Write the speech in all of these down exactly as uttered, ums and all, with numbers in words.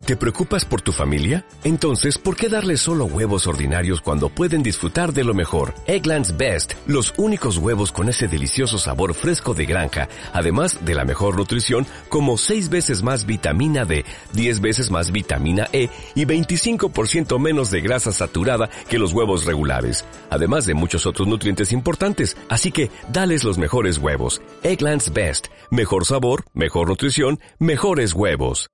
¿Te preocupas por tu familia? Entonces, ¿por qué darles solo huevos ordinarios cuando pueden disfrutar de lo mejor? Eggland's Best, los únicos huevos con ese delicioso sabor fresco de granja, además de la mejor nutrición, como seis veces más vitamina D, diez veces más vitamina E y veinticinco por ciento menos de grasa saturada que los huevos regulares, además de muchos otros nutrientes importantes. Así que, dales los mejores huevos. Eggland's Best, mejor sabor, mejor nutrición, mejores huevos.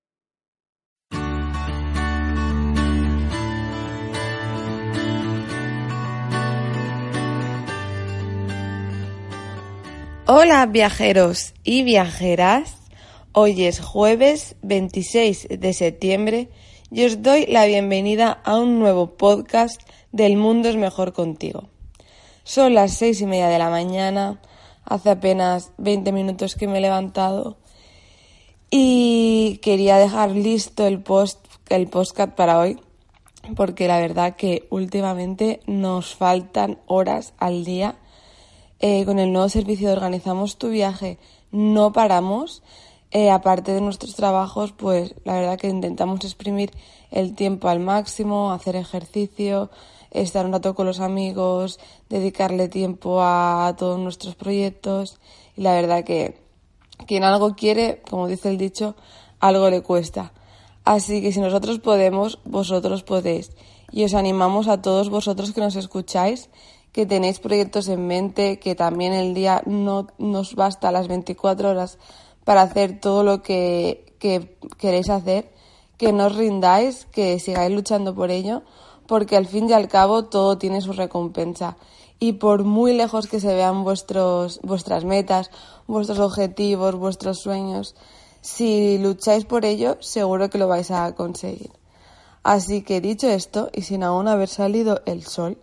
Hola viajeros y viajeras, hoy es jueves veintiséis de septiembre y os doy la bienvenida a un nuevo podcast del Mundo es Mejor Contigo. Son las seis y media de la mañana, hace apenas veinte minutos que me he levantado y quería dejar listo el post, el podcast para hoy, porque la verdad que últimamente nos faltan horas al día. Eh, con el nuevo servicio de Organizamos tu Viaje no paramos, eh, aparte de nuestros trabajos, pues la verdad que intentamos exprimir el tiempo al máximo, hacer ejercicio, estar un rato con los amigos, dedicarle tiempo a, a todos nuestros proyectos y la verdad que quien algo quiere, como dice el dicho, algo le cuesta. Así que si nosotros podemos, vosotros podéis y os animamos a todos vosotros que nos escucháis, que tenéis proyectos en mente, que también el día no nos basta las veinticuatro horas para hacer todo lo que, que queréis hacer, que no os rindáis, que sigáis luchando por ello, porque al fin y al cabo todo tiene su recompensa. Y por muy lejos que se vean vuestros, vuestras metas, vuestros objetivos, vuestros sueños, si lucháis por ello, seguro que lo vais a conseguir. Así que dicho esto, y sin aún haber salido el sol,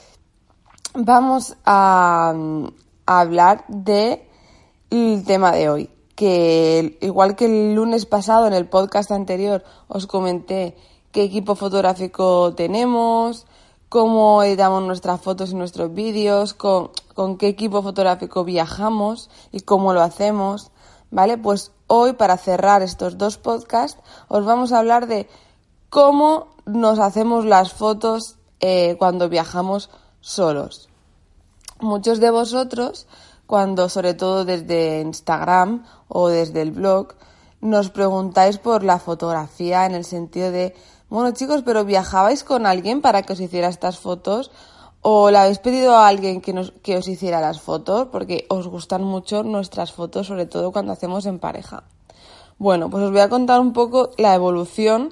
vamos a, a hablar del tema de hoy, que igual que el lunes pasado en el podcast anterior os comenté qué equipo fotográfico tenemos, cómo editamos nuestras fotos y nuestros vídeos, con, con qué equipo fotográfico viajamos y cómo lo hacemos, ¿vale? Pues hoy, para cerrar estos dos podcasts, os vamos a hablar de cómo nos hacemos las fotos eh, cuando viajamos solos. Muchos de vosotros, cuando sobre todo desde Instagram o desde el blog, nos preguntáis por la fotografía en el sentido de, bueno chicos, pero ¿viajabais con alguien para que os hiciera estas fotos? ¿O le habéis pedido a alguien que, nos, que os hiciera las fotos? Porque os gustan mucho nuestras fotos, sobre todo cuando hacemos en pareja. Bueno, pues os voy a contar un poco la evolución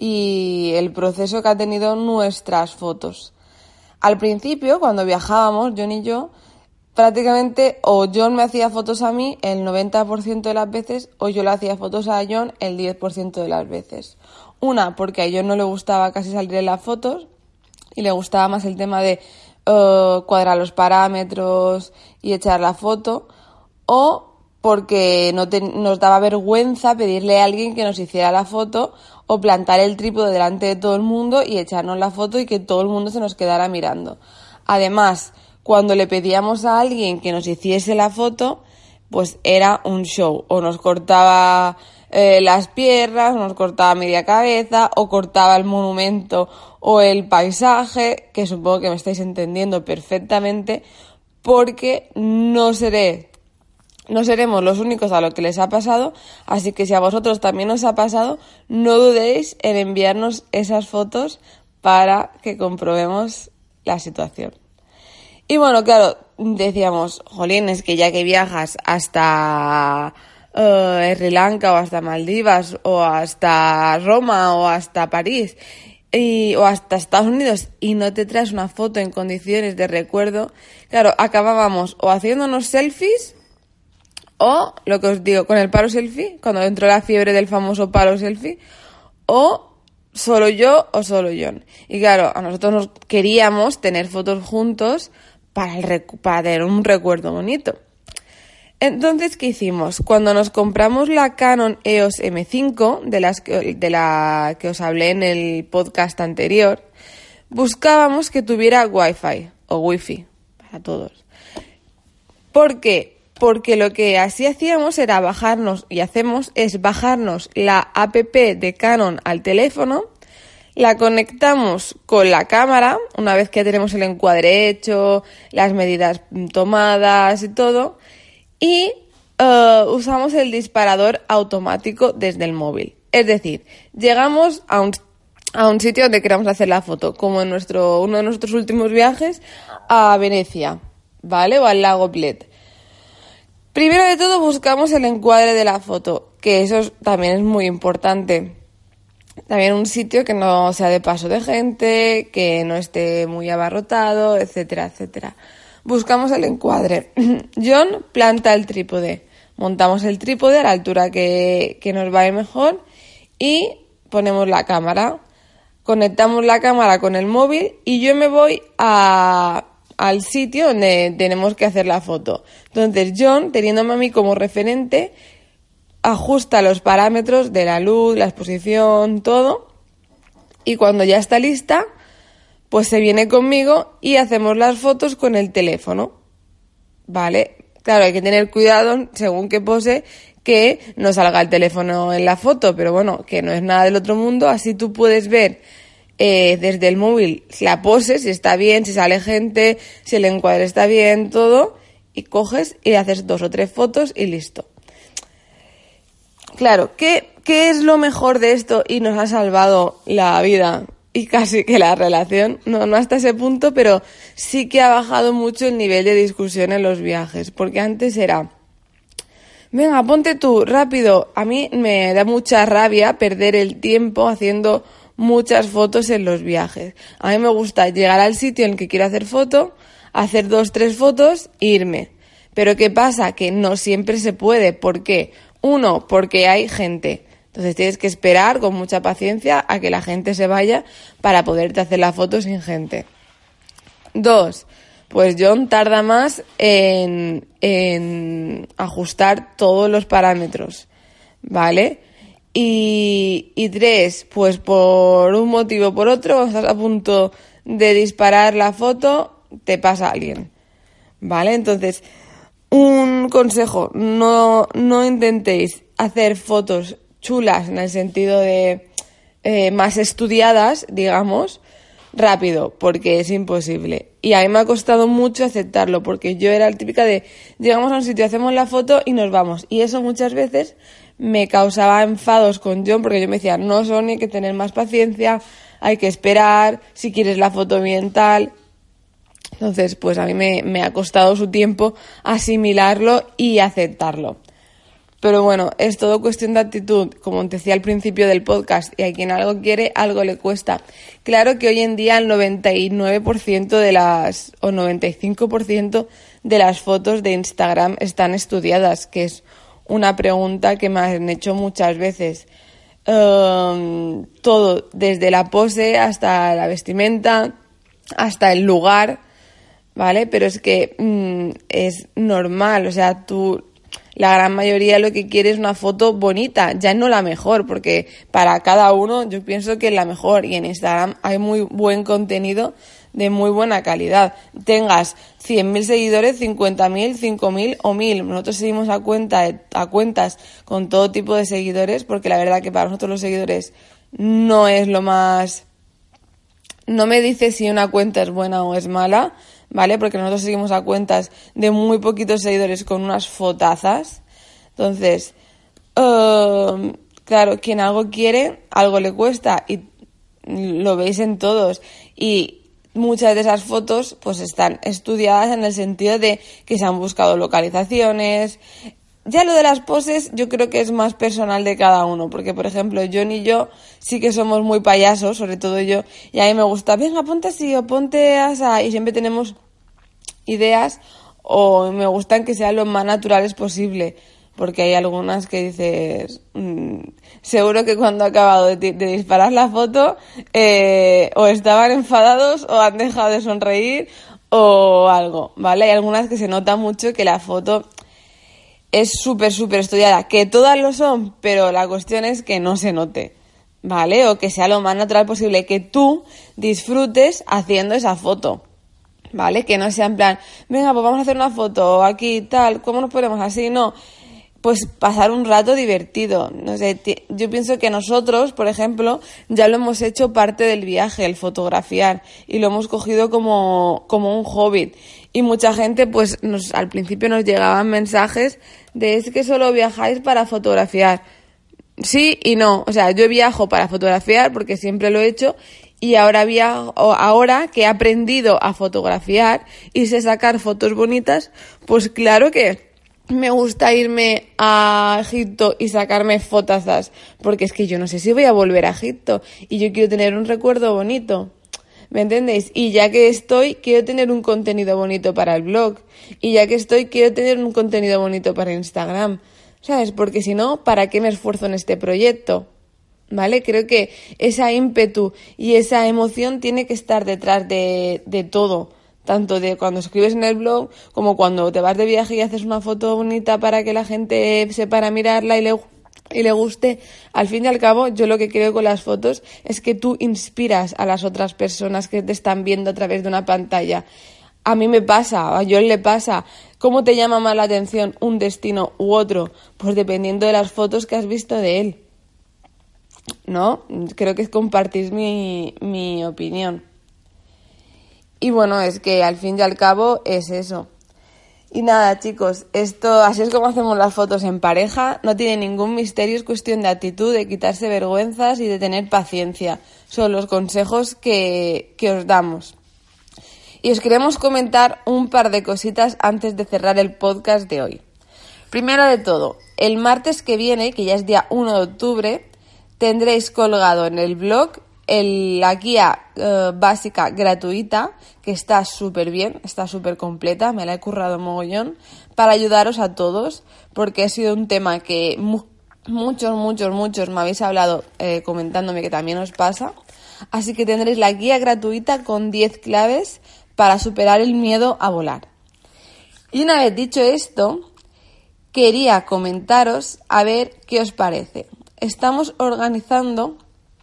y el proceso que ha tenido nuestras fotos. Al principio, cuando viajábamos, John y yo, prácticamente o John me hacía fotos a mí el noventa por ciento de las veces o yo le hacía fotos a John el diez por ciento de las veces. Una, porque a John no le gustaba casi salir en las fotos y le gustaba más el tema de uh, cuadrar los parámetros y echar la foto, o porque no te, nos daba vergüenza pedirle a alguien que nos hiciera la foto o plantar el trípode delante de todo el mundo y echarnos la foto y que todo el mundo se nos quedara mirando. Además, cuando le pedíamos a alguien que nos hiciese la foto, pues era un show. O nos cortaba eh, las piernas, o nos cortaba media cabeza, o cortaba el monumento o el paisaje, que supongo que me estáis entendiendo perfectamente, porque no seré... No seremos los únicos a lo que les ha pasado, así que si a vosotros también os ha pasado, no dudéis en enviarnos esas fotos para que comprobemos la situación. Y bueno, claro, decíamos, jolín, es que ya que viajas hasta uh, Sri Lanka o hasta Maldivas o hasta Roma o hasta París y, o hasta Estados Unidos y no te traes una foto en condiciones de recuerdo, claro, acabábamos o haciéndonos selfies o, lo que os digo, con el palo selfie, cuando entró la fiebre del famoso palo selfie, o solo yo o solo John. Y claro, a nosotros nos queríamos tener fotos juntos para, el recu- para tener un recuerdo bonito. Entonces, ¿qué hicimos? Cuando nos compramos la Canon E O S eme cinco, de, las que, de la que os hablé en el podcast anterior, buscábamos que tuviera Wi-Fi o Wi-Fi para todos. ¿Por qué? porque lo que así hacíamos era bajarnos, y hacemos, es bajarnos la app de Canon al teléfono, la conectamos con la cámara, una vez que tenemos el encuadre hecho, las medidas tomadas y todo, y uh, usamos el disparador automático desde el móvil. Es decir, llegamos a un, a un sitio donde queramos hacer la foto, como en nuestro uno de nuestros últimos viajes a Venecia, ¿vale? O al lago Bled. Primero de todo buscamos el encuadre de la foto, que eso también es muy importante. También un sitio que no sea de paso de gente, que no esté muy abarrotado, etcétera, etcétera. Buscamos el encuadre. John planta el trípode. Montamos el trípode a la altura que, que nos va a ir mejor y ponemos la cámara. Conectamos la cámara con el móvil y yo me voy a... al sitio donde tenemos que hacer la foto. Entonces John, teniéndome a mí como referente, ajusta los parámetros de la luz, la exposición, todo, y cuando ya está lista, pues se viene conmigo y hacemos las fotos con el teléfono, ¿vale? Claro, hay que tener cuidado, según qué pose, que no salga el teléfono en la foto, pero bueno, que no es nada del otro mundo, así tú puedes ver Eh, desde el móvil la pose, si está bien, si sale gente, si el encuadre está bien, todo, y coges y haces dos o tres fotos y listo. Claro, ¿qué, qué es lo mejor de esto y nos ha salvado la vida y casi que la relación? No, no hasta ese punto, pero sí que ha bajado mucho el nivel de discusión en los viajes, porque antes era: venga, ponte tú, rápido. A mí me da mucha rabia perder el tiempo haciendo muchas fotos en los viajes. A mí me gusta llegar al sitio en el que quiero hacer foto, hacer dos, tres fotos e irme. Pero ¿qué pasa? Que no siempre se puede. ¿Por qué? Uno, porque hay gente. Entonces tienes que esperar con mucha paciencia a que la gente se vaya para poderte hacer la foto sin gente. Dos, pues John tarda más en, en ajustar todos los parámetros, ¿vale? Y, y tres, pues por un motivo o por otro, estás a punto de disparar la foto, te pasa alguien, ¿vale? Entonces, un consejo, no, no intentéis hacer fotos chulas en el sentido de eh, más estudiadas, digamos, rápido, porque es imposible. Y a mí me ha costado mucho aceptarlo, porque yo era la típica de llegamos a un sitio, hacemos la foto y nos vamos. Y eso muchas veces me causaba enfados con John, porque yo me decía, no, Sonia, hay que tener más paciencia, hay que esperar, si quieres la foto bien tal. Entonces, pues a mí me, me ha costado su tiempo asimilarlo y aceptarlo. Pero bueno, es todo cuestión de actitud, como te decía al principio del podcast, y a quien algo quiere, algo le cuesta. Claro que hoy en día el noventa y nueve por ciento de las, o noventa y cinco por ciento de las fotos de Instagram están estudiadas, que es una pregunta que me han hecho muchas veces. Um, todo, desde la pose hasta la vestimenta, hasta el lugar, ¿vale? Pero es que mmm, es normal, o sea, tú, la gran mayoría lo que quiere es una foto bonita, ya no la mejor, porque para cada uno yo pienso que es la mejor, y en Instagram hay muy buen contenido de muy buena calidad. Tengas cien mil seguidores, cincuenta mil, cinco mil o mil. Nosotros seguimos a cuenta a cuentas con todo tipo de seguidores, porque la verdad que para nosotros los seguidores no es lo más... No me dice si una cuenta es buena o es mala, ¿vale? Porque nosotros seguimos a cuentas de muy poquitos seguidores con unas fotazas. Entonces, uh, claro, quien algo quiere, algo le cuesta, y lo veis en todos. Y muchas de esas fotos pues están estudiadas en el sentido de que se han buscado localizaciones. Ya lo de las poses yo creo que es más personal de cada uno, porque por ejemplo John y yo sí que somos muy payasos, sobre todo yo, y a mí me gusta, venga, ponte así o ponte así, y siempre tenemos ideas, o me gustan que sean lo más naturales posible, porque hay algunas que dices, mmm, seguro que cuando ha acabado de, de disparar la foto eh, o estaban enfadados o han dejado de sonreír o algo, ¿vale? Hay algunas que se nota mucho que la foto es súper, súper estudiada, que todas lo son, pero la cuestión es que no se note, ¿vale? O que sea lo más natural posible, que tú disfrutes haciendo esa foto, ¿vale? Que no sea en plan, venga, pues vamos a hacer una foto aquí, tal, ¿cómo nos ponemos así? No, pues pasar un rato divertido. No sé, t- yo pienso que nosotros, por ejemplo, ya lo hemos hecho parte del viaje, el fotografiar, y lo hemos cogido como, como un hobby. Y mucha gente, pues, nos, al principio nos llegaban mensajes de es que solo viajáis para fotografiar. Sí y no, o sea, yo viajo para fotografiar porque siempre lo he hecho y ahora viajo, ahora que he aprendido a fotografiar y sé sacar fotos bonitas, pues claro que me gusta irme a Egipto y sacarme fotazas, porque es que yo no sé si voy a volver a Egipto y yo quiero tener un recuerdo bonito. ¿Me entendéis? Y ya que estoy, quiero tener un contenido bonito para el blog. Y ya que estoy, quiero tener un contenido bonito para Instagram. ¿Sabes? Porque si no, ¿para qué me esfuerzo en este proyecto? ¿Vale? Creo que esa ímpetu y esa emoción tiene que estar detrás de, de todo. Tanto de cuando escribes en el blog como cuando te vas de viaje y haces una foto bonita para que la gente se para a mirarla y le, y le guste. Al fin y al cabo, yo lo que creo con las fotos es que tú inspiras a las otras personas que te están viendo a través de una pantalla. A mí me pasa, a Joel le pasa. ¿Cómo te llama más la atención un destino u otro? Pues dependiendo de las fotos que has visto de él. ¿No? Creo que compartís mi, mi opinión. Y bueno, es que al fin y al cabo es eso. Y nada, chicos, esto así es como hacemos las fotos en pareja. No tiene ningún misterio, es cuestión de actitud, de quitarse vergüenzas y de tener paciencia. Son los consejos que, que os damos. Y os queremos comentar un par de cositas antes de cerrar el podcast de hoy. Primero de todo, el martes que viene, que ya es día uno de octubre, tendréis colgado en el blog el, la guía eh, básica gratuita, que está súper bien, está súper completa, me la he currado mogollón, para ayudaros a todos, porque ha sido un tema que mu- muchos, muchos, muchos me habéis hablado eh, comentándome que también os pasa. Así que tendréis la guía gratuita con diez claves para superar el miedo a volar. Y una vez dicho esto, quería comentaros a ver qué os parece. Estamos organizando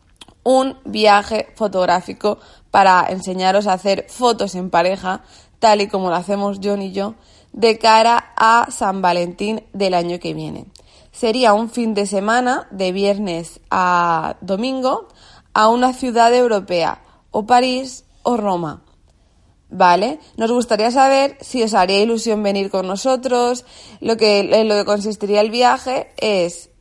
un viaje fotográfico para enseñaros a hacer fotos en pareja, tal y como lo hacemos John y yo, de cara a San Valentín del año que viene. Sería un fin de semana, de viernes a domingo, a una ciudad europea, o París o Roma. ¿Vale? Nos gustaría saber si os haría ilusión venir con nosotros. Lo que, en lo que consistiría el viaje es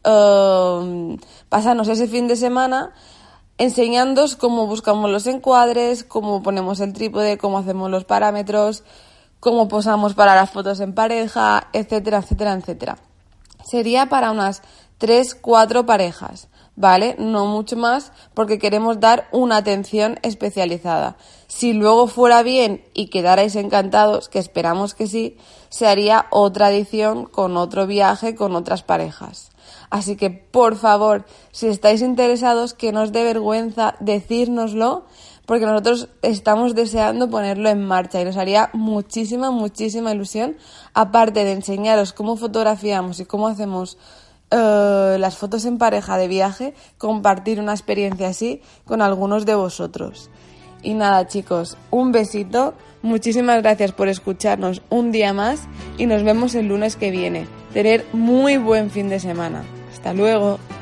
um, pasarnos ese fin de semana enseñándoos cómo buscamos los encuadres, cómo ponemos el trípode, cómo hacemos los parámetros, cómo posamos para las fotos en pareja, etcétera, etcétera, etcétera. Sería para unas tres, cuatro parejas, ¿vale? No mucho más, porque queremos dar una atención especializada. Si luego fuera bien y quedarais encantados, que esperamos que sí, se haría otra edición con otro viaje, con otras parejas. Así que, por favor, si estáis interesados, que no os dé vergüenza decírnoslo, porque nosotros estamos deseando ponerlo en marcha y nos haría muchísima, muchísima ilusión, aparte de enseñaros cómo fotografiamos y cómo hacemos uh, las fotos en pareja de viaje, compartir una experiencia así con algunos de vosotros. Y nada, chicos, un besito, muchísimas gracias por escucharnos un día más y nos vemos el lunes que viene. Tener muy buen fin de semana. Hasta luego.